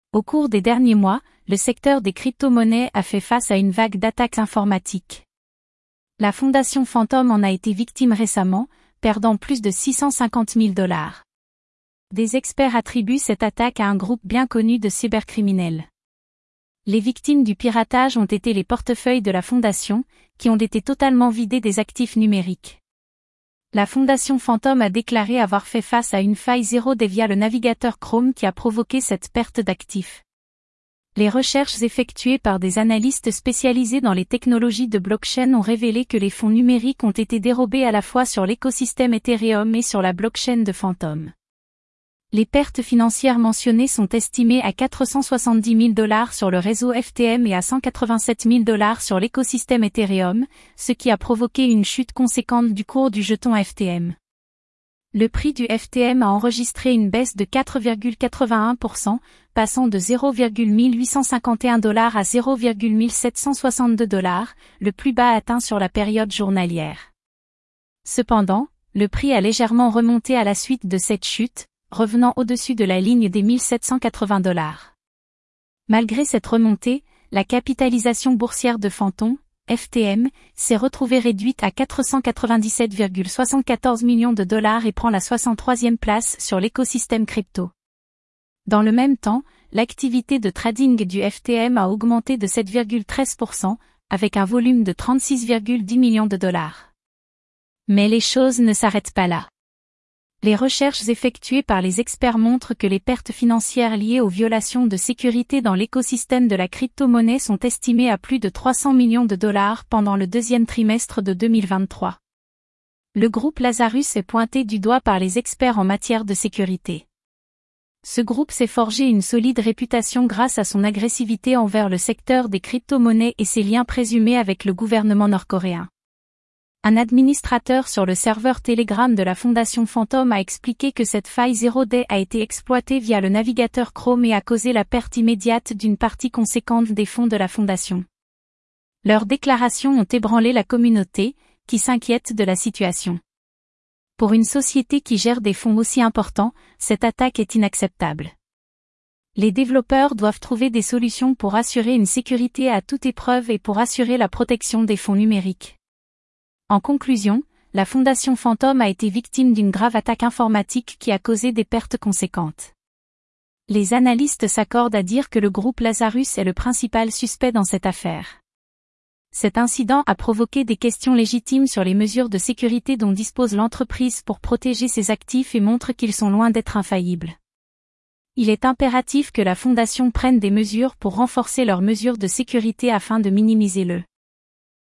Au cours des derniers mois, le secteur des crypto-monnaies a fait face à une vague d'attaques informatiques. La fondation Phantom en a été victime récemment, perdant plus de 650 000 $. Des experts attribuent cette attaque à un groupe bien connu de cybercriminels. Les victimes du piratage ont été les portefeuilles de la fondation, qui ont été totalement vidés des actifs numériques. La fondation Phantom a déclaré avoir fait face à une faille 0D via le navigateur Chrome qui a provoqué cette perte d'actifs. Les recherches effectuées par des analystes spécialisés dans les technologies de blockchain ont révélé que les fonds numériques ont été dérobés à la fois sur l'écosystème Ethereum et sur la blockchain de Phantom. Les pertes financières mentionnées sont estimées à 470 000 $ sur le réseau FTM et à 187 000 $ sur l'écosystème Ethereum, ce qui a provoqué une chute conséquente du cours du jeton FTM. Le prix du FTM a enregistré une baisse de 4,81%, passant de 0,1851 $ à 0,1762 $, le plus bas atteint sur la période journalière. Cependant, le prix a légèrement remonté à la suite de cette chute, revenant au-dessus de la ligne des 1780 $. Malgré cette remontée, la capitalisation boursière de Phantom, FTM, s'est retrouvée réduite à 497,74 millions de $ et prend la 63e place sur l'écosystème crypto. Dans le même temps, l'activité de trading du FTM a augmenté de 7,13%, avec un volume de 36,10 millions de $. Mais les choses ne s'arrêtent pas là. Les recherches effectuées par les experts montrent que les pertes financières liées aux violations de sécurité dans l'écosystème de la crypto-monnaie sont estimées à plus de 300 millions de $ pendant le deuxième trimestre de 2023. Le groupe Lazarus est pointé du doigt par les experts en matière de sécurité. Ce groupe s'est forgé une solide réputation grâce à son agressivité envers le secteur des crypto-monnaies et ses liens présumés avec le gouvernement nord-coréen. Un administrateur sur le serveur Telegram de la fondation Phantom a expliqué que cette faille 0D a été exploitée via le navigateur Chrome et a causé la perte immédiate d'une partie conséquente des fonds de la fondation. Leurs déclarations ont ébranlé la communauté, qui s'inquiète de la situation. Pour une société qui gère des fonds aussi importants, cette attaque est inacceptable. Les développeurs doivent trouver des solutions pour assurer une sécurité à toute épreuve et pour assurer la protection des fonds numériques. En conclusion, la fondation Phantom a été victime d'une grave attaque informatique qui a causé des pertes conséquentes. Les analystes s'accordent à dire que le groupe Lazarus est le principal suspect dans cette affaire. Cet incident a provoqué des questions légitimes sur les mesures de sécurité dont dispose l'entreprise pour protéger ses actifs et montre qu'ils sont loin d'être infaillibles. Il est impératif que la fondation prenne des mesures pour renforcer leurs mesures de sécurité afin de minimiser le